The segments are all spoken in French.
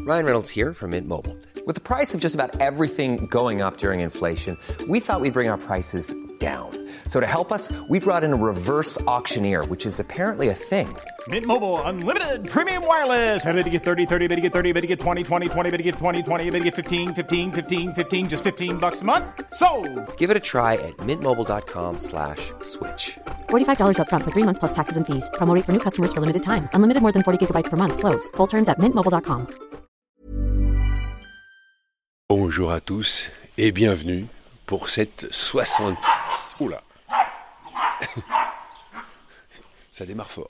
Ryan Reynolds here from Mint Mobile. With the price of just about everything going up during inflation, we thought we'd bring our prices down. So to help us, we brought in a reverse auctioneer, which is apparently a thing. Mint Mobile Unlimited Premium Wireless. How to get 30, 30, bit to get 30, bit to get 20, 20, 20, bit to get 20, 20, bit to get 15, 15, 15, 15, just $15 a month? Sold! Give it a try at mintmobile.com/switch. $45 up front for 3 months plus taxes and fees. Promo rate for new customers for limited time. Unlimited more than 40 gigabytes per month. Slows full terms at mintmobile.com. Bonjour à tous et bienvenue pour cette 60... Oula. Ça démarre fort.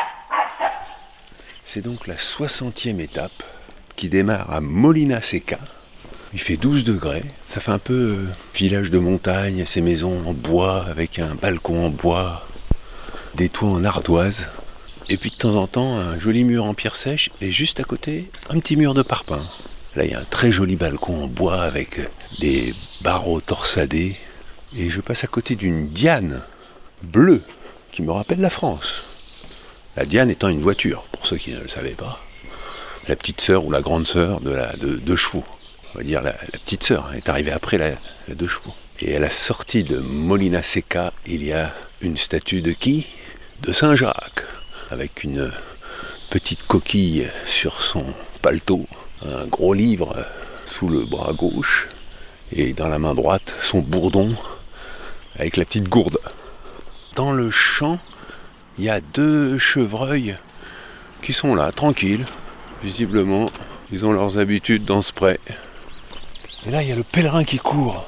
C'est donc la 60e étape qui démarre à Molina Seca. Il fait 12 degrés. Ça fait un peu village de montagne, ces maisons en bois avec un balcon en bois, des toits en ardoise. Et puis de temps en temps, un joli mur en pierre sèche et juste à côté, un petit mur de parpaing. Là, il y a un très joli balcon en bois avec des barreaux torsadés. Et je passe à côté d'une Diane bleue qui me rappelle la France. La Diane étant une voiture, pour ceux qui ne le savaient pas. La petite sœur ou la grande sœur de deux chevaux. On va dire la petite sœur est arrivée après la deux chevaux. Et à la sortie de Molina Seca, il y a une statue de qui ? De Saint-Jacques, avec une petite coquille sur son paletot, un gros livre sous le bras gauche, et dans la main droite, son bourdon, avec la petite gourde. Dans le champ, il y a 2 chevreuils qui sont là, tranquilles. Visiblement, ils ont leurs habitudes dans ce pré. Et là, il y a le pèlerin qui court.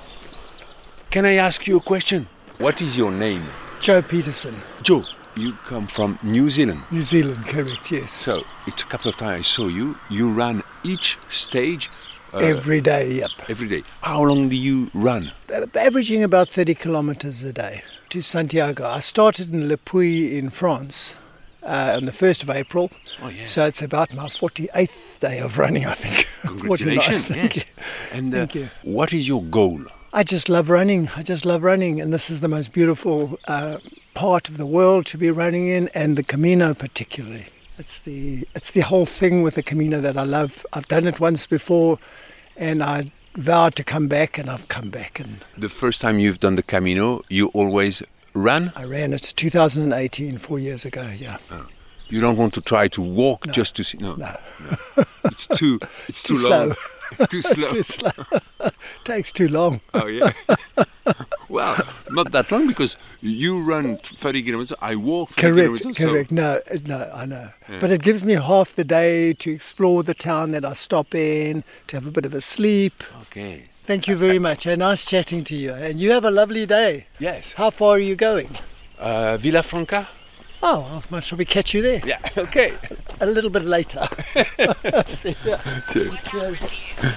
Can I ask you a question? What is your name? Joe Peterson. Joe, you come from New Zealand. New Zealand, correct, yes. So, it's a couple of times I saw you. You run each stage. Every day, yep. Every day. How long do you run? Averaging about 30 kilometers a day to Santiago. I started in Le Puy in France on the 1st of April. Oh, yes. So it's about my 48th day of running, I think. Congratulations, yes. And Thank you. What is your goal? I just love running. And this is the most beautiful part of the world to be running in, and the Camino particularly. It's the whole thing with the Camino that I love. I've done it once before, and I vowed to come back, and I've come back. And The first time you've done the Camino, you always ran? I ran it 2018, 4 years ago, yeah. Oh. You don't want to try to walk No. just to see? No. No. It's too Too long. slow. Too slow. It's too slow. Takes too long. Oh, yeah. Well, not that long because you run 30 kilometers, I walk 30 kilometers. Correct. No, I know. Yeah. But it gives me half the day to explore the town that I stop in, to have a bit of a sleep. Okay. Thank you very much. Nice chatting to you. And you have a lovely day. Yes. How far are you going? Villafranca? Oh, I'll most probably catch you there. Yeah, okay. A little bit later. See ya. Cheers.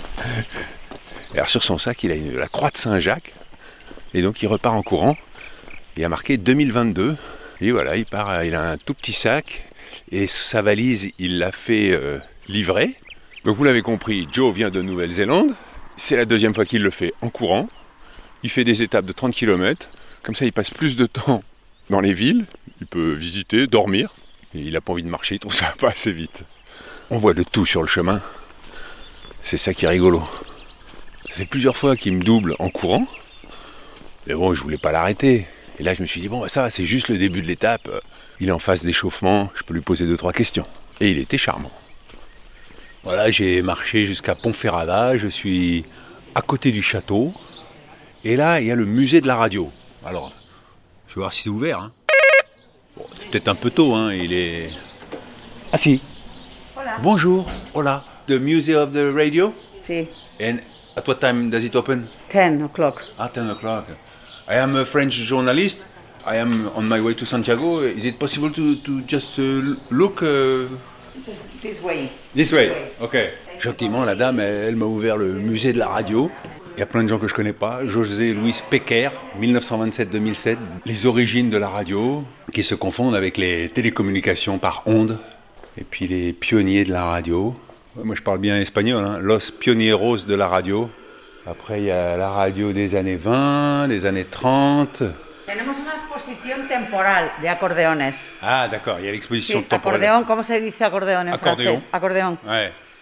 Alors sur son sac, il a la croix de Saint-Jacques. Et donc il repart en courant. Il a marqué 2022. Et voilà, il part, il a un tout petit sac. Et sa valise, il l'a fait livrer. Donc vous l'avez compris, Joe vient de Nouvelle-Zélande. C'est la 2e fois qu'il le fait en courant. Il fait des étapes de 30 km. Comme ça, il passe plus de temps dans les villes. Il peut visiter, dormir. Et il n'a pas envie de marcher, il trouve ça pas assez vite. On voit de tout sur le chemin. C'est ça qui est rigolo. Ça fait plusieurs fois qu'il me double en courant. Mais bon, je voulais pas l'arrêter. Et là, je me suis dit, bon, ça va, c'est juste le début de l'étape. Il est en phase d'échauffement, je peux lui poser 2-3 questions. Et il était charmant. Voilà, j'ai marché jusqu'à Ponferrada, je suis à côté du château. Et là, il y a le musée de la radio. Alors, je vais voir si c'est ouvert. Hein. Bon, c'est peut-être un peu tôt, hein, il est... Ah si. Hola. Bonjour, hola. The Museum of the Radio? Sí, And at what time does it open? 10 o'clock. At 10 o'clock. I am a French journalist. I am on my way to Santiago. Is it possible to just look This way. This way? Okay. Gentiment, la dame, elle m'a ouvert le musée de la radio. Il y a plein de gens que je connais pas. José Luis Pecker, 1927-2007. Les origines de la radio, qui se confondent avec les télécommunications par ondes. Et puis les pionniers de la radio. Moi, je parle bien espagnol, hein. Los pionieros de la radio. Après, il y a la radio des années 20, des années 30. Tenemos una exposición temporal de acordeones. Ah, d'accord, il y a l'exposition Sí, temporelle. acordeón, ¿cómo se dice acordeón en Acordeón. francés? Acordeón. Ouais.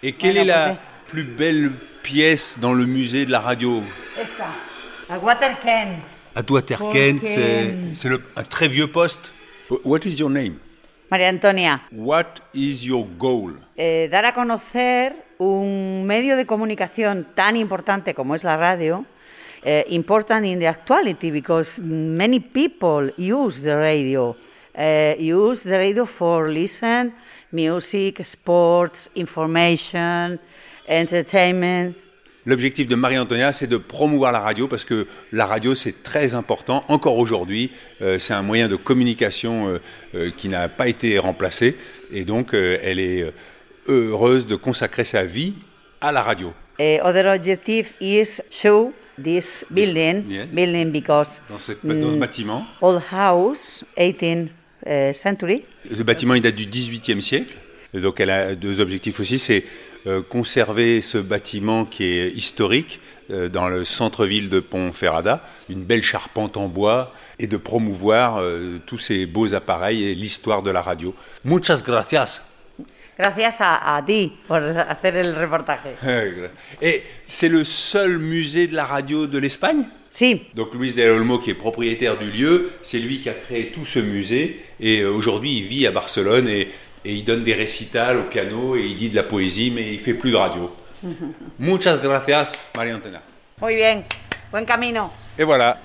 Et quelle est la plus belle pièce dans le musée de la radio? Esta, al Waterken. À Waterken, Waterken. c'est un très vieux poste. What is your name? María Antonia, What is your goal? dar a conocer un medio de comunicación tan importante como es la radio, important in the actuality because many people use the radio. Use the radio for listen, music, sports, information, entertainment. L'objectif de Marie-Antonia, c'est de promouvoir la radio parce que la radio, c'est très important. Encore aujourd'hui, c'est un moyen de communication qui n'a pas été remplacé. Et donc, elle est heureuse de consacrer sa vie à la radio. Other objective is show this building, Yes. building because Dans ce bâtiment. old house, 18th century. Ce bâtiment, il date du XVIIIe siècle. Et donc, elle a deux objectifs aussi. C'est conserver ce bâtiment qui est historique dans le centre-ville de Ponferrada, une belle charpente en bois, et de promouvoir tous ces beaux appareils et l'histoire de la radio. Muchas gracias. Gracias a ti por hacer el reportaje. Et c'est le seul musée de la radio de l'Espagne? Sí, Donc Luis del Olmo, qui est propriétaire du lieu, c'est lui qui a créé tout ce musée. Et aujourd'hui, il vit à Barcelone et il donne des récitals au piano et il dit de la poésie, mais il fait plus de radio. Muchas gracias, María-Antonia. muy bien, buen camino. Et voilà,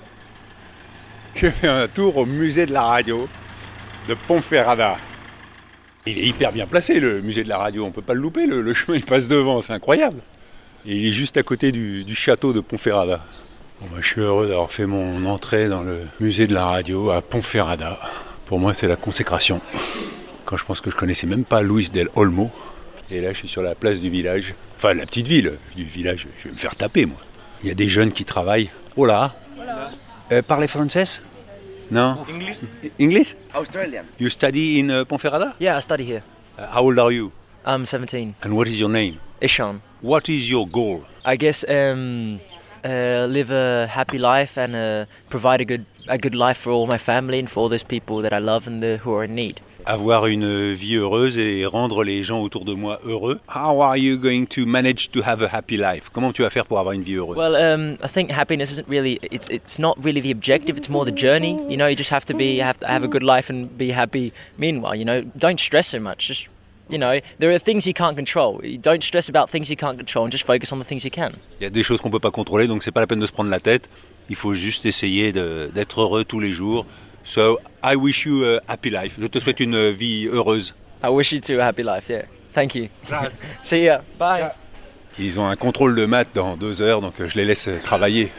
j'ai fait un tour au musée de la radio de Ponferrada. Il est hyper bien placé, le musée de la radio, on ne peut pas le louper, le chemin il passe devant, c'est incroyable. Et il est juste à côté du château de Ponferrada. Bon, bah, je suis heureux d'avoir fait mon entrée dans le musée de la radio à Ponferrada. Pour moi, c'est la consécration. Quand je pense que je connaissais même pas Luis del Olmo. Et là, je suis sur la place du village. Enfin, la petite ville du village. Je vais me faire taper, moi. Il y a des jeunes qui travaillent. Hola. Parlez français? Non. English? Australian. You study in Ponferrada? Yeah, I study here. How old are you? I'm 17. And what is your name? Ishan. What is your goal? I guess live a happy life and provide a good life for all my family and for all those people that I love and who are in need. Avoir une vie heureuse et rendre les gens autour de moi heureux. How are you going to manage to have a happy life? Comment tu vas faire pour avoir une vie heureuse? Well, I think happiness isn't really it's not really the objective, it's more the journey. You know, you just have to have a good life and be happy meanwhile, you know. Don't stress so much. Just, you know, there are things you can't control. Don't stress about things you can't control and just focus on the things you can. Il y a des choses qu'on peut pas contrôler, donc c'est pas la peine de se prendre la tête. Il faut juste essayer d'être heureux tous les jours. So, I wish you a happy life. Je te souhaite une vie heureuse. I wish you too a happy life, yeah. Thank you. See ya. Bye. Ils ont un contrôle de maths dans 2 heures, donc je les laisse travailler.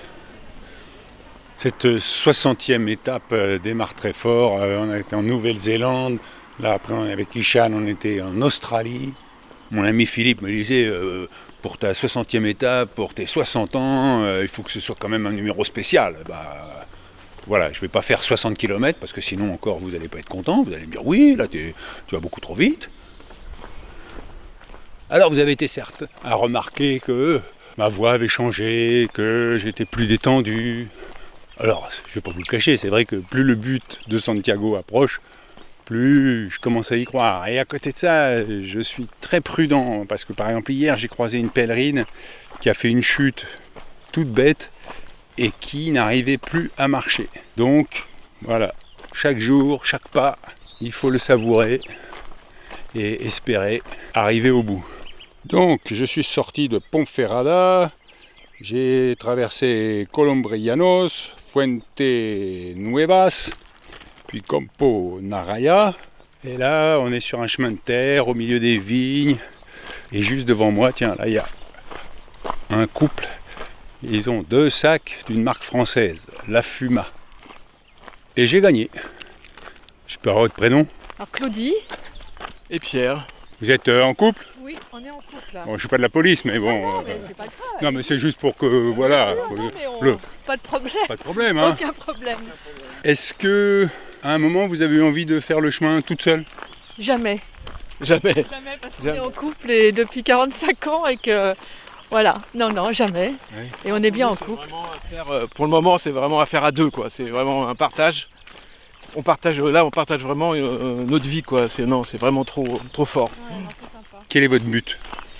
Cette 60e étape démarre très fort. On a été en Nouvelle-Zélande. Là, après, avec Ishan, on était en Australie. Mon ami Philippe me disait, pour ta 60e étape, pour tes 60 ans, il faut que ce soit quand même un numéro spécial. Bah, voilà, je ne vais pas faire 60 km, parce que sinon encore, vous n'allez pas être content. Vous allez me dire, oui, là, tu vas beaucoup trop vite. Alors, vous avez été certes à remarquer que ma voix avait changé, que j'étais plus détendu. Alors, je ne vais pas vous le cacher, c'est vrai que plus le but de Santiago approche, plus je commence à y croire. Et à côté de ça, je suis très prudent, parce que par exemple hier, j'ai croisé une pèlerine qui a fait une chute toute bête et qui n'arrivait plus à marcher. Donc, voilà, chaque jour, chaque pas, il faut le savourer et espérer arriver au bout. Donc, je suis sorti de Ponferrada, j'ai traversé Colombrianos, Fuente Nuevas, puis Campo Naraya. Et là, on est sur un chemin de terre, au milieu des vignes. Et juste devant moi, tiens, là, il y a un couple. Ils ont 2 sacs d'une marque française, La Fuma. Et j'ai gagné. Je peux avoir votre prénom? Alors Claudie Et Pierre. Vous êtes en couple? Oui, on est en couple là. Bon, je suis pas de la police, mais bon. Non, mais c'est pas grave. Non, mais c'est juste pour que, voilà. Pas de problème. Pas de problème, hein. Aucun problème. Est-ce que, à un moment, vous avez eu envie de faire le chemin toute seule? Jamais. Jamais. Jamais parce qu'on est en couple et depuis 45 ans et que... Voilà, non, jamais. Oui. Et on est bien en couple. Pour le moment, c'est vraiment affaire à deux, quoi. C'est vraiment un partage. On partage vraiment notre vie, quoi. C'est vraiment trop fort. Ouais, non, c'est sympa. Quel est votre but?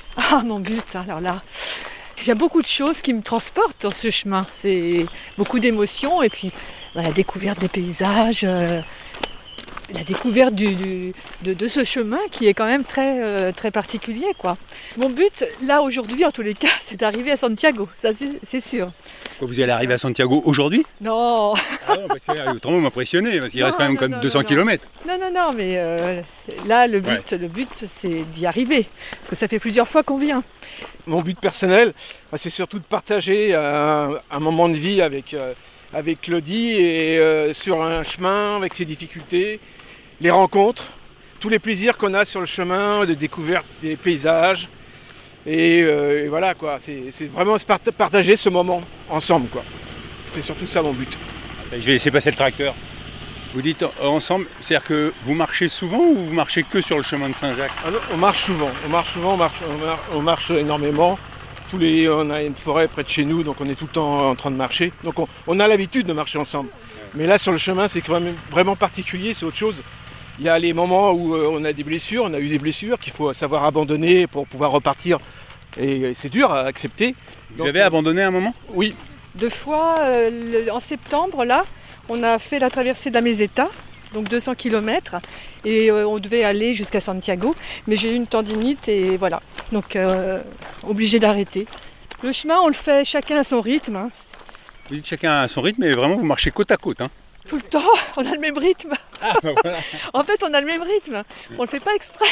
Ah, mon but, alors là, il y a beaucoup de choses qui me transportent dans ce chemin. C'est beaucoup d'émotions et puis la découverte des paysages, la découverte de ce chemin qui est quand même très, très particulier, quoi. Mon but, là, aujourd'hui, en tous les cas, c'est d'arriver à Santiago, ça c'est sûr. Vous allez arriver à Santiago aujourd'hui ? Non. Ah non, parce que autrement vous m'impressionnez, parce qu'il reste quand même 200 km. Non, mais là, le but, c'est d'y arriver. Parce que ça fait plusieurs fois qu'on vient. Mon but personnel, c'est surtout de partager un moment de vie avec Claudie et sur un chemin, avec ses difficultés, les rencontres, tous les plaisirs qu'on a sur le chemin, de découverte des paysages. Et voilà, quoi. C'est vraiment partager ce moment ensemble, quoi. C'est surtout ça mon but. Je vais laisser passer le tracteur. Vous dites ensemble, c'est-à-dire que vous marchez souvent ou vous marchez que sur le chemin de Saint-Jacques ? Ah non, on marche souvent, on marche énormément. On a une forêt près de chez nous, donc on est tout le temps en train de marcher. Donc on a l'habitude de marcher ensemble. Mais là sur le chemin, c'est vraiment particulier, c'est autre chose. Il y a les moments où on a eu des blessures qu'il faut savoir abandonner pour pouvoir repartir. Et c'est dur à accepter. Vous avez abandonné à un moment ? Oui. 2 fois, en septembre, là, on a fait la traversée de la Meseta, donc 200 km, et on devait aller jusqu'à Santiago, mais j'ai eu une tendinite et voilà, donc obligé d'arrêter. Le chemin, on le fait chacun à son rythme. Hein. Vous dites chacun à son rythme, mais vraiment vous marchez côte à côte. Hein. Tout le temps, on a le même rythme. Ah, bah voilà. En fait, on a le même rythme, on le fait pas exprès.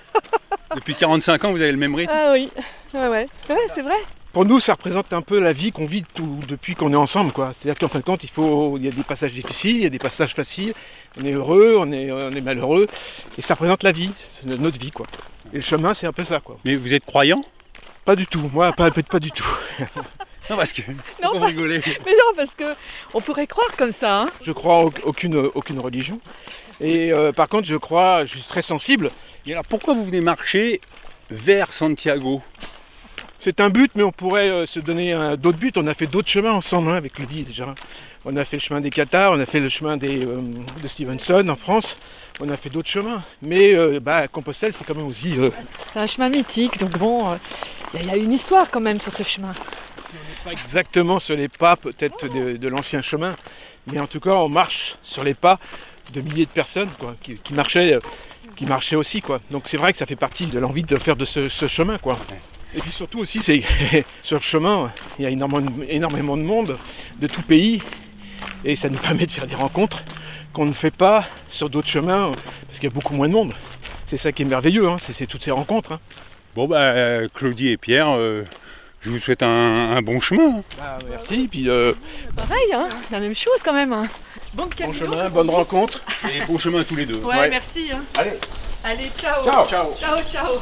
Depuis 45 ans, vous avez le même rythme ? Ah oui, ouais, c'est vrai. Pour nous, ça représente un peu la vie qu'on vit depuis qu'on est ensemble, quoi. C'est-à-dire qu'en fin de compte, il y a des passages difficiles, il y a des passages faciles. On est heureux, on est malheureux. Et ça représente la vie, c'est notre vie, quoi. Et le chemin, c'est un peu ça, quoi. Mais vous êtes croyant ? Pas du tout, moi, pas du tout. Non, parce que... Non, vous rigolez. Mais non, parce qu'on pourrait croire comme ça. Hein. Je crois en aucune religion. Et par contre, je suis très sensible. Et alors, pourquoi vous venez marcher vers Santiago ? C'est un but, mais on pourrait se donner d'autres buts. On a fait d'autres chemins ensemble, avec Claudie déjà. On a fait le chemin des Qatars, on a fait le chemin de Stevenson en France. On a fait d'autres chemins. Mais Compostelle, c'est quand même aussi... C'est un chemin mythique, donc bon, il y a une histoire quand même sur ce chemin. On n'est pas exactement sur les pas peut-être de l'ancien chemin, mais en tout cas, on marche sur les pas de milliers de personnes quoi, qui marchaient aussi. Quoi. Donc c'est vrai que ça fait partie de l'envie de faire de ce chemin. Quoi. Et puis surtout aussi, c'est sur le chemin, il y a énormément de monde, de tout pays, et ça nous permet de faire des rencontres qu'on ne fait pas sur d'autres chemins, parce qu'il y a beaucoup moins de monde. C'est ça qui est merveilleux, hein, c'est toutes ces rencontres. Hein. Bon Claudie et Pierre, je vous souhaite un bon chemin. Merci, puis pareil, hein, la même chose quand même. Hein. Bon chemin, bonne rencontre. Et bon chemin à tous les deux. Ouais. Merci. Hein. Allez, ciao. Ciao.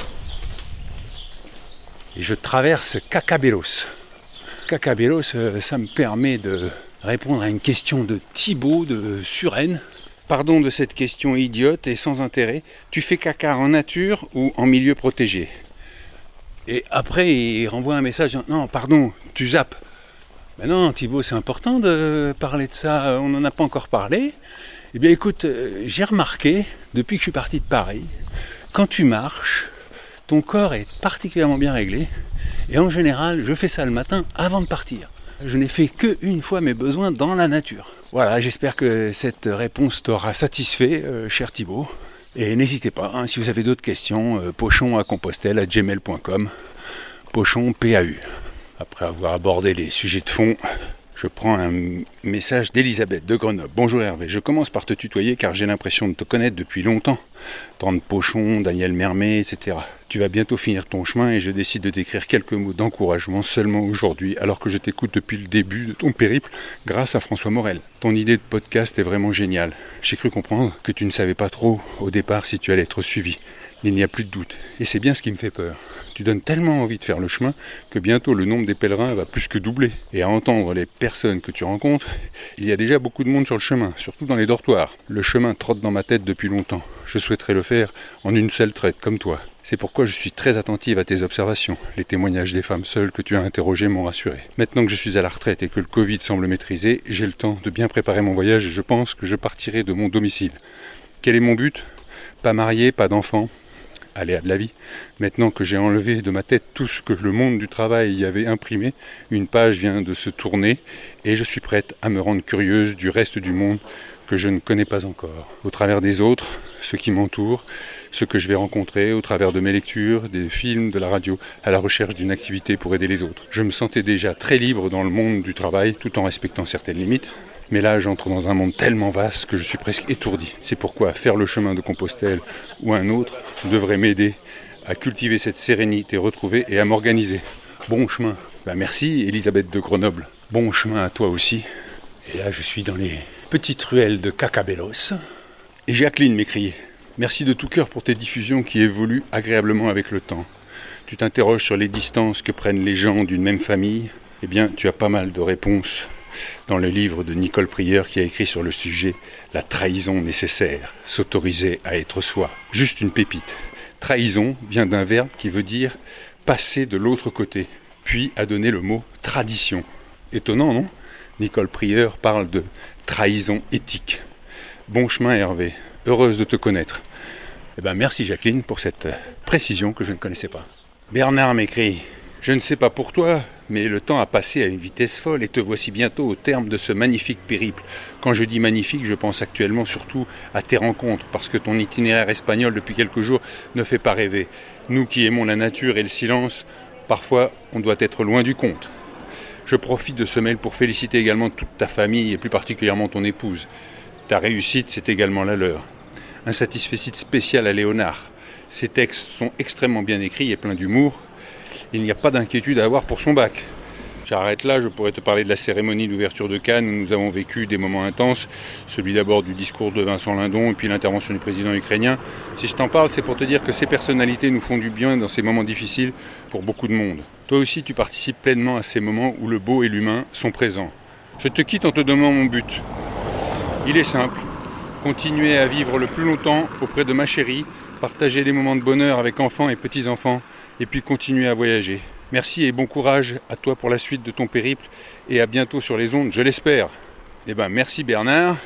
Et je traverse Cacabelos. Cacabelos, ça me permet de répondre à une question de Thibaut de Suresnes. Pardon de cette question idiote et sans intérêt. Tu fais caca en nature ou en milieu protégé ? Et après, il renvoie un message. Non, pardon, tu zappes. Ben non, Thibaut, c'est important de parler de ça. On n'en a pas encore parlé. Eh bien, écoute, j'ai remarqué, depuis que je suis parti de Paris, quand tu marches, ton corps est particulièrement bien réglé. Et en général, je fais ça le matin avant de partir. Je n'ai fait qu'une fois mes besoins dans la nature. Voilà, j'espère que cette réponse t'aura satisfait, cher Thibaut. Et n'hésitez pas, hein, si vous avez d'autres questions, pochon@compostelle@gmail.com, pochon PAU. Après avoir abordé les sujets de fond, je prends un message d'Elisabeth de Grenoble. Bonjour Hervé, je commence par te tutoyer car j'ai l'impression de te connaître depuis longtemps. Tante Pochon, Daniel Mermet, etc. Tu vas bientôt finir ton chemin et je décide de t'écrire quelques mots d'encouragement seulement aujourd'hui, alors que je t'écoute depuis le début de ton périple grâce à François Morel. Ton idée de podcast est vraiment géniale. J'ai cru comprendre que tu ne savais pas trop au départ si tu allais être suivi. Il n'y a plus de doute. Et c'est bien ce qui me fait peur. Tu donnes tellement envie de faire le chemin que bientôt le nombre des pèlerins va plus que doubler. Et à entendre les personnes que tu rencontres, il y a déjà beaucoup de monde sur le chemin, surtout dans les dortoirs. Le chemin trotte dans ma tête depuis longtemps. Je souhaiterais le faire en une seule traite, comme toi. C'est pourquoi je suis très attentive à tes observations. Les témoignages des femmes seules que tu as interrogées m'ont rassuré. Maintenant que je suis à la retraite et que le Covid semble maîtrisé, j'ai le temps de bien préparer mon voyage et je pense que je partirai de mon domicile. Quel est mon but ? Pas marié, pas d'enfant. aléas de la vie. Maintenant que j'ai enlevé de ma tête tout ce que le monde du travail y avait imprimé, une page vient de se tourner et je suis prête à me rendre curieuse du reste du monde que je ne connais pas encore. Au travers des autres, ceux qui m'entourent, ceux que je vais rencontrer, au travers de mes lectures, des films, de la radio, à la recherche d'une activité pour aider les autres. Je me sentais déjà très libre dans le monde du travail, tout en respectant certaines limites. Mais là, j'entre dans un monde tellement vaste que je suis presque étourdi. C'est pourquoi faire le chemin de Compostelle ou un autre devrait m'aider à cultiver cette sérénité retrouvée et à m'organiser. Bon chemin. Merci Elisabeth de Grenoble. Bon chemin à toi aussi. Et là, je suis dans les petites ruelles de Cacabellos. Et Jacqueline m'écrit « Merci de tout cœur pour tes diffusions qui évoluent agréablement avec le temps. Tu t'interroges sur les distances que prennent les gens d'une même famille. Eh bien, tu as pas mal de réponses dans le livre de Nicole Prieur qui a écrit sur le sujet « La trahison nécessaire, s'autoriser à être soi ». Juste une pépite. Trahison vient d'un verbe qui veut dire « passer de l'autre côté », puis a donné le mot « tradition ». Étonnant, non ? Nicole Prieur parle de trahison éthique. Bon chemin Hervé, heureuse de te connaître. Merci Jacqueline pour cette précision que je ne connaissais pas. Bernard m'écrit « Je ne sais pas pour toi, mais le temps a passé à une vitesse folle et te voici bientôt au terme de ce magnifique périple. Quand je dis magnifique, je pense actuellement surtout à tes rencontres, parce que ton itinéraire espagnol depuis quelques jours ne fait pas rêver. Nous qui aimons la nature et le silence, parfois on doit être loin du compte. Je profite de ce mail pour féliciter également toute ta famille et plus particulièrement ton épouse. Ta réussite, c'est également la leur. Un satisfecit spécial à Léonard. Ses textes sont extrêmement bien écrits et pleins d'humour. Il n'y a pas d'inquiétude à avoir pour son bac. J'arrête là, je pourrais te parler de la cérémonie d'ouverture de Cannes où nous avons vécu des moments intenses. Celui d'abord du discours de Vincent Lindon et puis l'intervention du président ukrainien. Si je t'en parle, c'est pour te dire que ces personnalités nous font du bien dans ces moments difficiles pour beaucoup de monde. Toi aussi, tu participes pleinement à ces moments où le beau et l'humain sont présents. Je te quitte en te donnant mon but. Il est simple. Continuer à vivre le plus longtemps auprès de ma chérie, partager des moments de bonheur avec enfants et petits-enfants, et puis continuer à voyager. Merci et bon courage à toi pour la suite de ton périple, et à bientôt sur les ondes, je l'espère. Merci Bernard.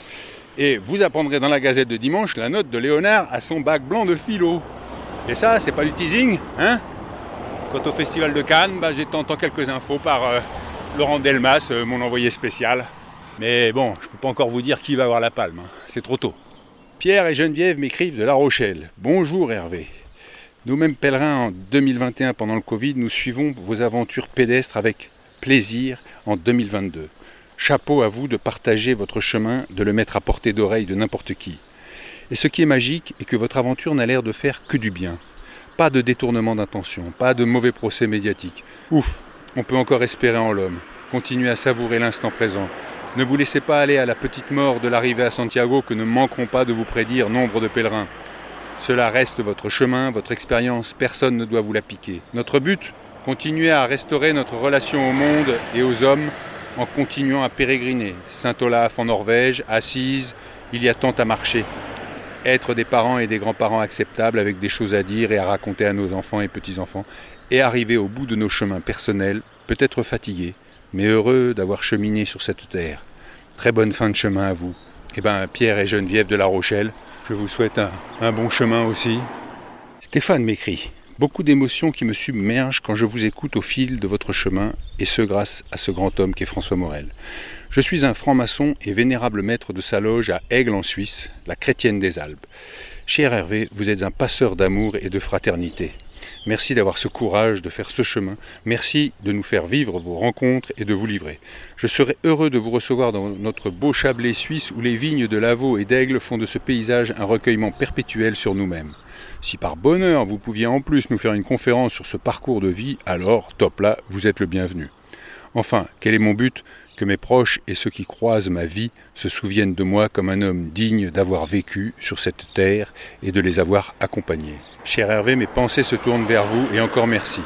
Et vous apprendrez dans la Gazette de dimanche la note de Léonard à son bac blanc de philo. Et ça, c'est pas du teasing, hein ? Quant au Festival de Cannes, j'ai tenté quelques infos par Laurent Delmas, mon envoyé spécial. Mais bon, je ne peux pas encore vous dire qui va avoir la palme, c'est trop tôt. Pierre et Geneviève m'écrivent de La Rochelle. Bonjour Hervé. Nous-mêmes pèlerins en 2021 pendant le Covid, nous suivons vos aventures pédestres avec plaisir en 2022. Chapeau à vous de partager votre chemin, de le mettre à portée d'oreille de n'importe qui. Et ce qui est magique est que votre aventure n'a l'air de faire que du bien. Pas de détournement d'intention, pas de mauvais procès médiatiques. Ouf, on peut encore espérer en l'homme. Continuez à savourer l'instant présent. Ne vous laissez pas aller à la petite mort de l'arrivée à Santiago que ne manqueront pas de vous prédire nombre de pèlerins. Cela reste votre chemin, votre expérience, personne ne doit vous la piquer. Notre but, continuer à restaurer notre relation au monde et aux hommes en continuant à pérégriner. Saint-Olaf en Norvège, Assise, il y a tant à marcher. Être des parents et des grands-parents acceptables avec des choses à dire et à raconter à nos enfants et petits-enfants et arriver au bout de nos chemins personnels, peut-être fatigués, mais heureux d'avoir cheminé sur cette terre. Très bonne fin de chemin à vous. Pierre et Geneviève de La Rochelle, je vous souhaite un bon chemin aussi. Stéphane m'écrit « Beaucoup d'émotions qui me submergent quand je vous écoute au fil de votre chemin, et ce grâce à ce grand homme qu'est François Morel. Je suis un franc-maçon et vénérable maître de sa loge à Aigle en Suisse, la chrétienne des Alpes. Cher Hervé, vous êtes un passeur d'amour et de fraternité. Merci d'avoir ce courage de faire ce chemin. Merci de nous faire vivre vos rencontres et de vous livrer. Je serai heureux de vous recevoir dans notre beau Chablais suisse où les vignes de Lavaux et d'Aigle font de ce paysage un recueillement perpétuel sur nous-mêmes. Si par bonheur vous pouviez en plus nous faire une conférence sur ce parcours de vie, alors, top là, vous êtes le bienvenu. Enfin, quel est mon but ? Que mes proches et ceux qui croisent ma vie se souviennent de moi comme un homme digne d'avoir vécu sur cette terre et de les avoir accompagnés. Cher Hervé, mes pensées se tournent vers vous et encore merci.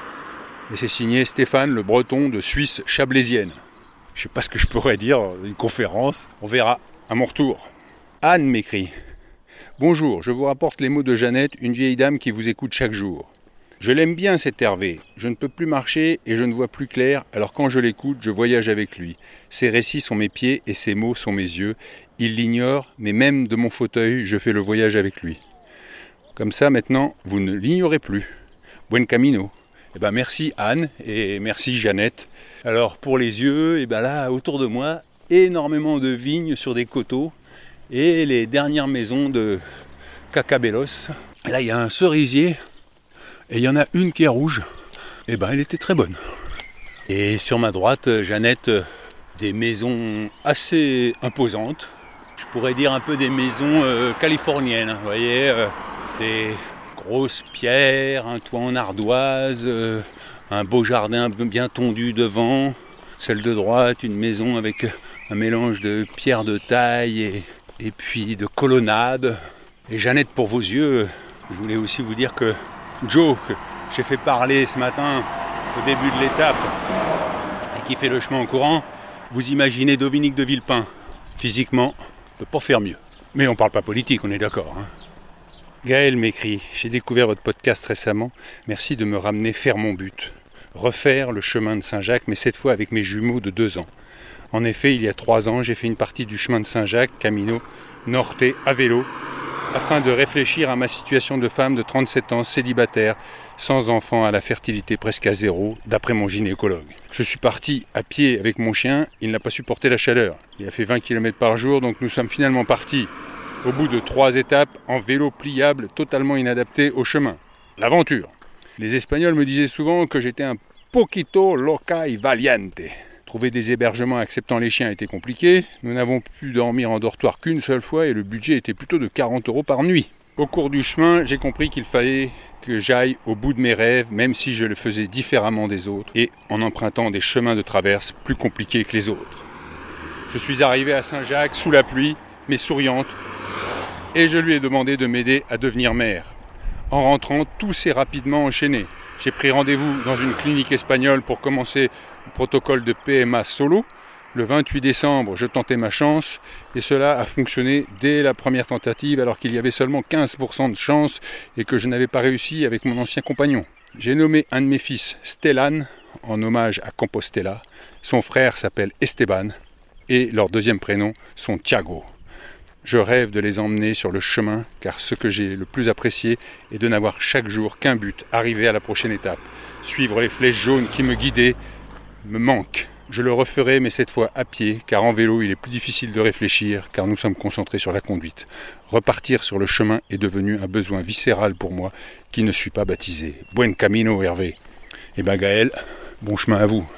Et c'est signé Stéphane le Breton de Suisse chablaisienne. Je ne sais pas ce que je pourrais dire, une conférence, on verra à mon retour. Anne m'écrit « Bonjour, je vous rapporte les mots de Jeannette, une vieille dame qui vous écoute chaque jour. Je l'aime bien cet Hervé, je ne peux plus marcher et je ne vois plus clair, alors quand je l'écoute, je voyage avec lui. Ses récits sont mes pieds et ses mots sont mes yeux. Il l'ignore, mais même de mon fauteuil, je fais le voyage avec lui. » Comme ça, maintenant, vous ne l'ignorez plus. Buen camino. Eh ben, merci Anne et merci Jeannette. Alors, pour les yeux, eh ben là, autour de moi, énormément de vignes sur des coteaux et les dernières maisons de Cacabelos. Et là, il y a un cerisier et il y en a une qui est rouge. Eh ben, elle était très bonne. Et sur ma droite, Jeannette, des maisons assez imposantes. Je pourrais dire un peu des maisons californiennes, vous voyez, des grosses pierres, un toit en ardoise, un beau jardin bien tondu devant. Celle de droite, une maison avec un mélange de pierres de taille et puis de colonnades. Et Jeannette, pour vos yeux, je voulais aussi vous dire que Joe, que j'ai fait parler ce matin au début de l'étape et qui fait le chemin en courant, vous imaginez Dominique de Villepin. Physiquement, on ne peut pas faire mieux. Mais on ne parle pas politique, on est d'accord. Gaël m'écrit « J'ai découvert votre podcast récemment. Merci de me ramener faire mon but. Refaire le chemin de Saint-Jacques, mais cette fois avec mes jumeaux de 2 ans. En effet, il y a 3 ans, j'ai fait une partie du chemin de Saint-Jacques, Camino Norte, à vélo, afin de réfléchir à ma situation de femme de 37 ans, célibataire, sans enfant, à la fertilité presque à 0, d'après mon gynécologue. Je suis parti à pied avec mon chien, il n'a pas supporté la chaleur. Il a fait 20 km par jour, donc nous sommes finalement partis au bout de 3 étapes en vélo pliable, totalement inadapté au chemin. L'aventure. Les Espagnols me disaient souvent que j'étais un poquito loca y valiente. Trouver des hébergements acceptant les chiens était compliqué. Nous n'avons pu dormir en dortoir qu'une seule fois et le budget était plutôt de 40 € par nuit. Au cours du chemin, j'ai compris qu'il fallait que j'aille au bout de mes rêves, même si je le faisais différemment des autres et en empruntant des chemins de traverse plus compliqués que les autres. Je suis arrivé à Saint-Jacques sous la pluie, mais souriante, et je lui ai demandé de m'aider à devenir mère. En rentrant, tout s'est rapidement enchaîné. J'ai pris rendez-vous dans une clinique espagnole pour commencer le protocole de PMA solo. Le 28 décembre, je tentais ma chance et cela a fonctionné dès la première tentative alors qu'il y avait seulement 15% de chance et que je n'avais pas réussi avec mon ancien compagnon. J'ai nommé un de mes fils Stellan en hommage à Compostela. Son frère s'appelle Esteban et leurs deuxièmes prénoms sont Thiago. Je rêve de les emmener sur le chemin, car ce que j'ai le plus apprécié est de n'avoir chaque jour qu'un but, arriver à la prochaine étape. Suivre les flèches jaunes qui me guidaient me manque. Je le referai, mais cette fois à pied, car en vélo il est plus difficile de réfléchir, car nous sommes concentrés sur la conduite. Repartir sur le chemin est devenu un besoin viscéral pour moi, qui ne suis pas baptisé. Buen camino, Hervé. Et ben Gaël, bon chemin à vous.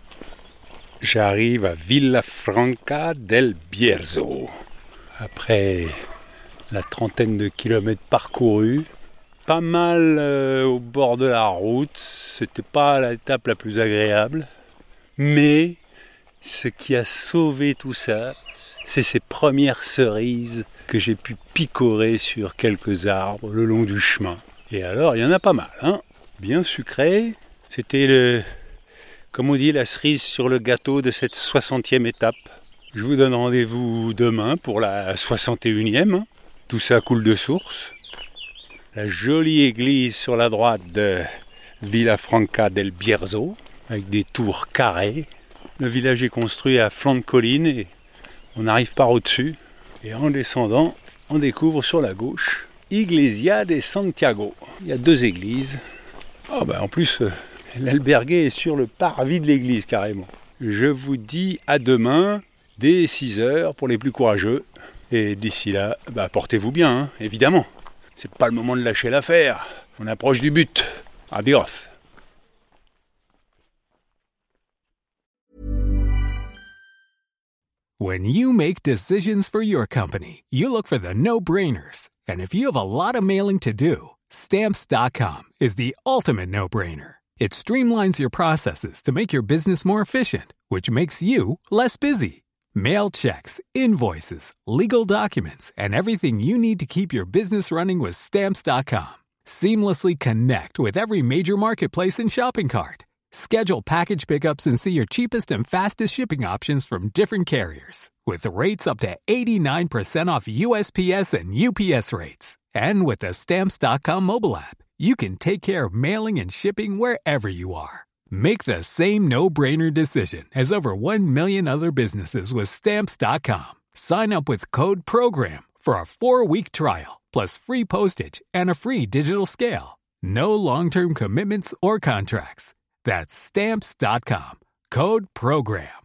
J'arrive à Villafranca del Bierzo. Après la 30aine de kilomètres parcourus, pas mal au bord de la route, c'était pas l'étape la plus agréable, mais ce qui a sauvé tout ça, c'est ces premières cerises que j'ai pu picorer sur quelques arbres le long du chemin. Et alors, il y en a pas mal, bien sucré. C'était comme on dit, la cerise sur le gâteau de cette 60e étape. Je vous donne rendez-vous demain pour la 61e. Tout ça coule de source. La jolie église sur la droite de Villafranca del Bierzo, avec des tours carrées. Le village est construit à flanc de colline et on arrive par au-dessus. Et en descendant, on découvre sur la gauche Iglesia de Santiago. Il y a 2 églises. En plus, l'albergue est sur le parvis de l'église carrément. Je vous dis à demain. Dès 6h pour les plus courageux. Et d'ici là, portez-vous bien, évidemment. C'est pas le moment de lâcher l'affaire. On approche du but. Adios. When you make decisions for your company, you look for the no-brainers. And if you have a lot of mailing to do, Stamps.com is the ultimate no-brainer. It streamlines your processes to make your business more efficient, which makes you less busy. Mail checks, invoices, legal documents, and everything you need to keep your business running with Stamps.com. Seamlessly connect with every major marketplace and shopping cart. Schedule package pickups and see your cheapest and fastest shipping options from different carriers. With rates up to 89% off USPS and UPS rates. And with the Stamps.com mobile app, you can take care of mailing and shipping wherever you are. Make the same no-brainer decision as over 1 million other businesses with Stamps.com. Sign up with code PROGRAM for a 4-week trial, plus free postage and a free digital scale. No long-term commitments or contracts. That's Stamps.com. Code PROGRAM.